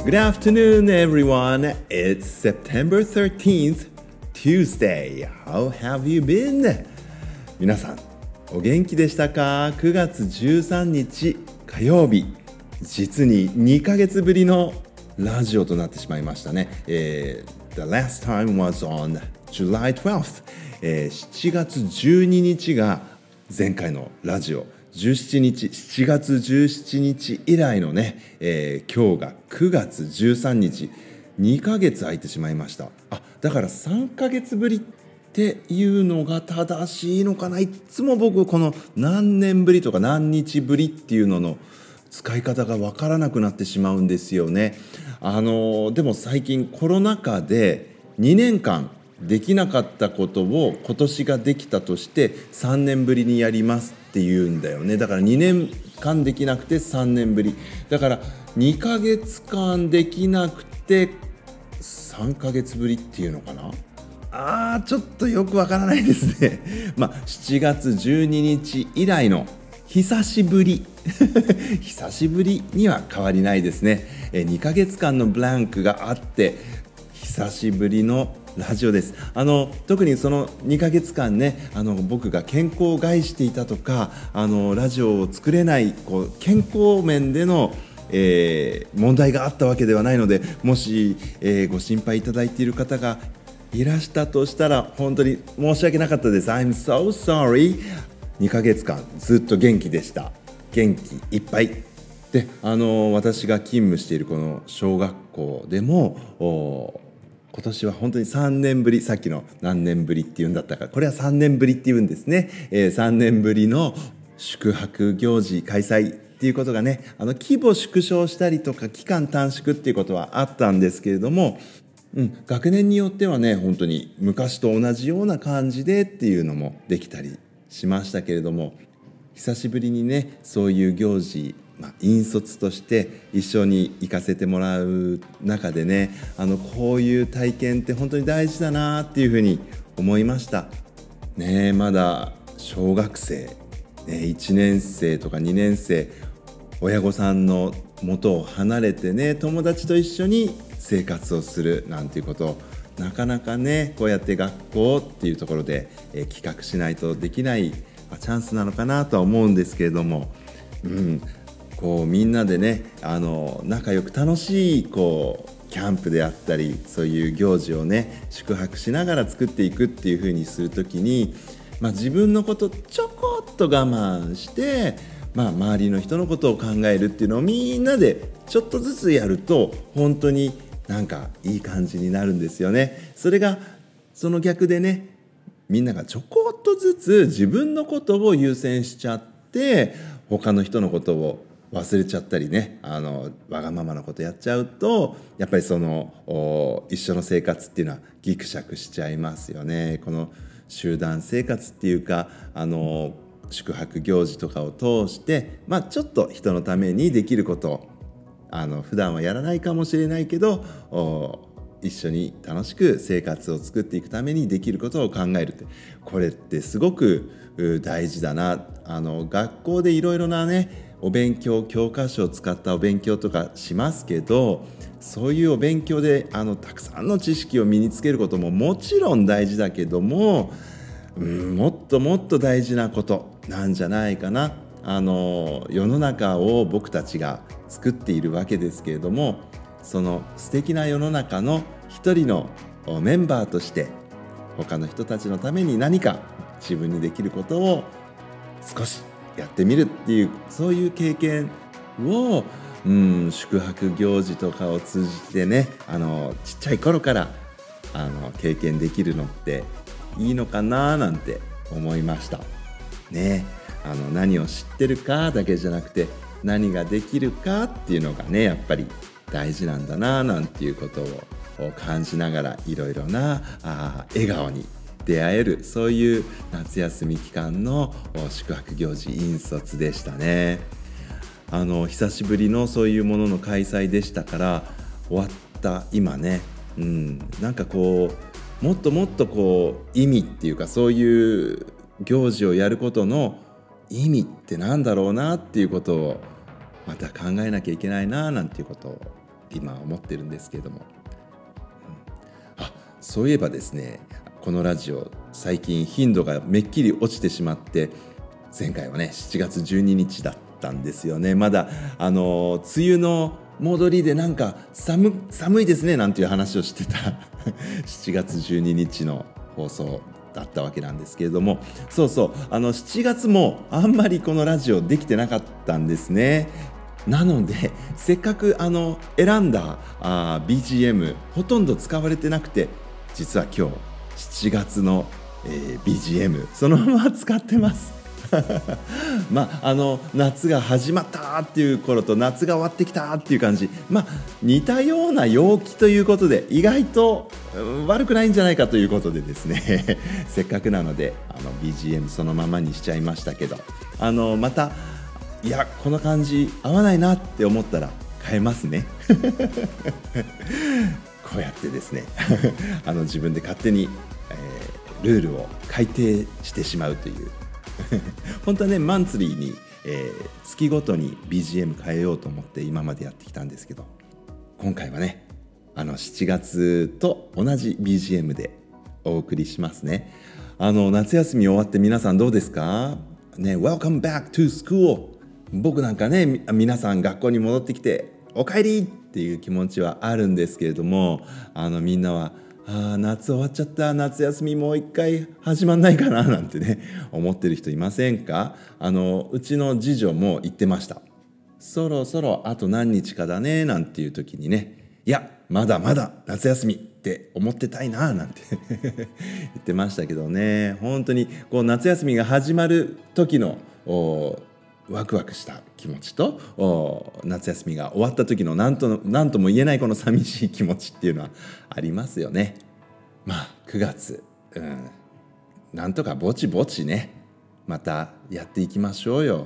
Good afternoon, everyone. It's September 13th, Tuesday. How have you been? 皆さん、お元気でしたか？ 9 月13日火曜日、実に2ヶ月ぶりのラジオとなってしまいましたね。The last time was on July 12th、7月12日が前回のラジオ。7月17日以来のね、今日が9月13日、2ヶ月空いてしまいました。だから3ヶ月ぶりっていうのが正しいのかな。いつも僕この何年ぶりとか何日ぶりっていうのの使い方が分からなくなってしまうんですよね。でも最近コロナ禍で2年間できなかったことを今年ができたとして3年ぶりにやりますっていうんだよね。だから2年間できなくて3年ぶりだから2ヶ月間できなくて3ヶ月ぶりっていうのかな。ちょっとよくわからないですね。7月12日以来の久しぶり久しぶりには変わりないですね。2ヶ月間のブランクがあって久しぶりのラジオです。特にその2ヶ月間ね、僕が健康を害していたとかラジオを作れない健康面での問題があったわけではないので、もし、ご心配いただいている方がいらしたとしたら本当に申し訳なかったです。 I'm so sorry。 2ヶ月間ずっと元気でした。元気いっぱいで、私が勤務しているこの小学校でも今年は本当に3年ぶり、さっきの何年ぶりっていうんだったか、これは3年ぶりって言うんですね。3年ぶりの宿泊行事開催っていうことがね、規模縮小したりとか期間短縮っていうことはあったんですけれども、学年によってはね、本当に昔と同じような感じでっていうのもできたりしましたけれども、久しぶりにね、そういう行事、引率として一緒に行かせてもらう中でね、こういう体験って本当に大事だなっていうふうに思いましたね。まだ小学生、1年生とか2年生、親御さんの元を離れてね、友達と一緒に生活をするなんていうことをなかなかね、こうやって学校っていうところで、企画しないとできないチャンスなのかなとは思うんですけれども、みんなでね、仲良く楽しいキャンプであったり、そういう行事をね宿泊しながら作っていくっていう風にするときに、自分のことちょこっと我慢して、周りの人のことを考えるっていうのをみんなでちょっとずつやると本当になんかいい感じになるんですよね。それがその逆でね、みんながちょこっとずつ自分のことを優先しちゃって他の人のことを忘れちゃったりね、わがままなことやっちゃうと、やっぱりその一緒の生活っていうのはギクシャクしちゃいますよね。この集団生活っていうか宿泊行事とかを通して、ちょっと人のためにできることを普段はやらないかもしれないけど一緒に楽しく生活を作っていくためにできることを考えるって、これってすごく大事だな。学校でいろいろなねお勉強、教科書を使ったお勉強とかしますけど、そういうお勉強でたくさんの知識を身につけることももちろん大事だけども、もっともっと大事なことなんじゃないかな。世の中を僕たちが作っているわけですけれども、その素敵な世の中の一人のメンバーとして他の人たちのために何か自分にできることを少しやってみるっていう、そういう経験を、宿泊行事とかを通じてね、ちっちゃい頃から経験できるのっていいのかななんて思いましたね。何を知ってるかだけじゃなくて何ができるかっていうのがね、やっぱり大事なんだななんていうことを感じながら、いろいろな笑顔に出会える、そういう夏休み期間の宿泊行事引率でしたね。久しぶりのそういうものの開催でしたから、終わった今ね、なんかもっともっと意味っていうか、そういう行事をやることの意味ってなんだろうなっていうことをまた考えなきゃいけないななんていうことを今思ってるんですけれども、そういえばですね、このラジオ最近頻度がめっきり落ちてしまって、前回はね7月12日だったんですよね。まだ梅雨の戻りでなんか寒いですねなんていう話をしてた7月12日の放送だったわけなんですけれども、7月もあんまりこのラジオできてなかったんですね。なのでせっかく選んだBGM ほとんど使われてなくて、実は今日7月の、BGM そのまま使ってます夏が始まったっていう頃と夏が終わってきたっていう感じ、似たような陽気ということで、意外と悪くないんじゃないかということでですねせっかくなのでBGM そのままにしちゃいましたけど、またいやこの感じ合わないなって思ったら変えますねこうやってですね自分で勝手に、ルールを改定してしまうという本当はねマンツリーに、月ごとに BGM 変えようと思って今までやってきたんですけど、今回はね7月と同じ BGM でお送りしますね。夏休み終わって皆さんどうですかね。 Welcome back to school。 僕なんかね皆さん学校に戻ってきてお帰りっていう気持ちはあるんですけれども、みんなは夏終わっちゃった、夏休みもう一回始まんないかななんてね思ってる人いませんか？うちの次女も言ってました。そろそろあと何日かだねなんていう時にね、いやまだまだ夏休みって思ってたいななんて言ってましたけどね。本当にこう夏休みが始まる時のワクワクした気持ちと夏休みが終わった時の何とも言えないこの寂しい気持ちっていうのはありますよね。9月、なんとかぼちぼちねまたやっていきましょうよ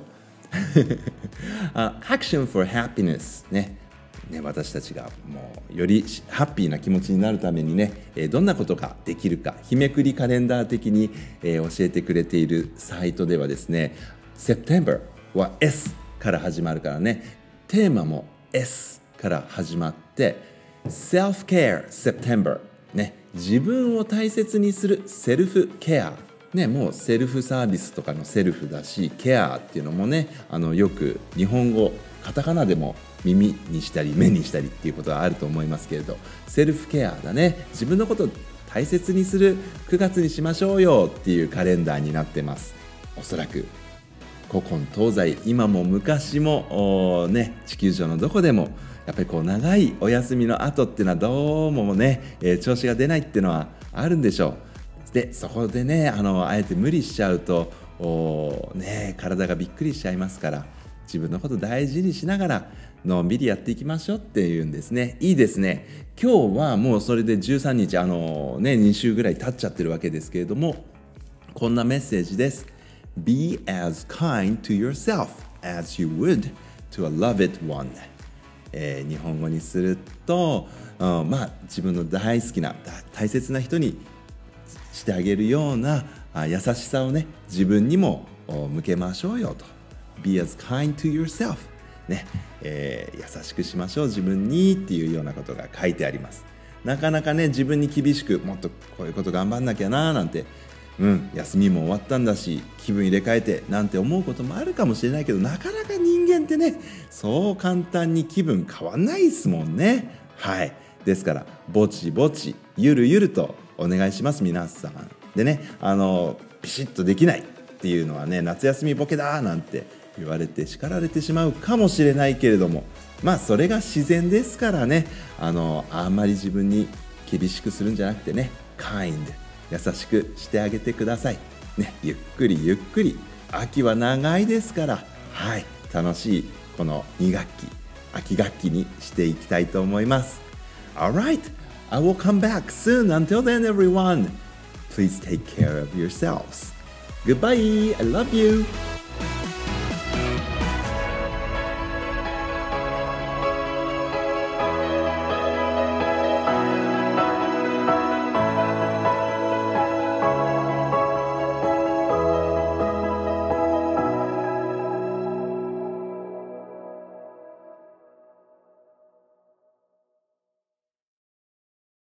Action for Happiness ね、私たちがもうよりハッピーな気持ちになるためにね、どんなことができるか日めくりカレンダー的に、教えてくれているサイトではですね、 September は S から始まるからね、テーマも S から始まって Self-Care September、自分を大切にするセルフケア、もうセルフサービスとかのセルフだし、ケアっていうのもねよく日本語カタカナでも耳にしたり目にしたりっていうことはあると思いますけれど、セルフケアだね、自分のことを大切にする9月にしましょうよっていうカレンダーになってます。おそらく古今東西今も昔も地球上のどこでもやっぱりこう長いお休みの後っていうのはどうもね、調子が出ないっていうのはあるんでしょう。でそこでねあえて無理しちゃうと体がびっくりしちゃいますから、自分のこと大事にしながらのんびりやっていきましょうっていうんですね。いいですね。今日はもうそれで13日2週ぐらい経っちゃってるわけですけれども、こんなメッセージです。 Be as kind to yourself as you would to a loved one、日本語にすると、自分の大好きな大切な人にしてあげるような優しさをね自分にも向けましょうよと。 Be as kind to yourself、優しくしましょう自分にっていうようなことが書いてあります。なかなかね自分に厳しくもっとこういうこと頑張んなきゃななんて、休みも終わったんだし気分入れ替えてなんて思うこともあるかもしれないけど、なかなか人間ってねそう簡単に気分変わんないですもんね。ですからぼちぼちゆるゆるとお願いします皆さんでね。ピシッとできないっていうのはね夏休みボケだなんて言われて叱られてしまうかもしれないけれども、それが自然ですからね、あんまり自分に厳しくするんじゃなくてね、kind、優しくしてあげてくださいね。ゆっくりゆっくり、秋は長いですから、楽しいこの2学期秋学期にしていきたいと思います。 Alright, I will come back soon. Until then everyone, please take care of yourselves. Goodbye, I love you.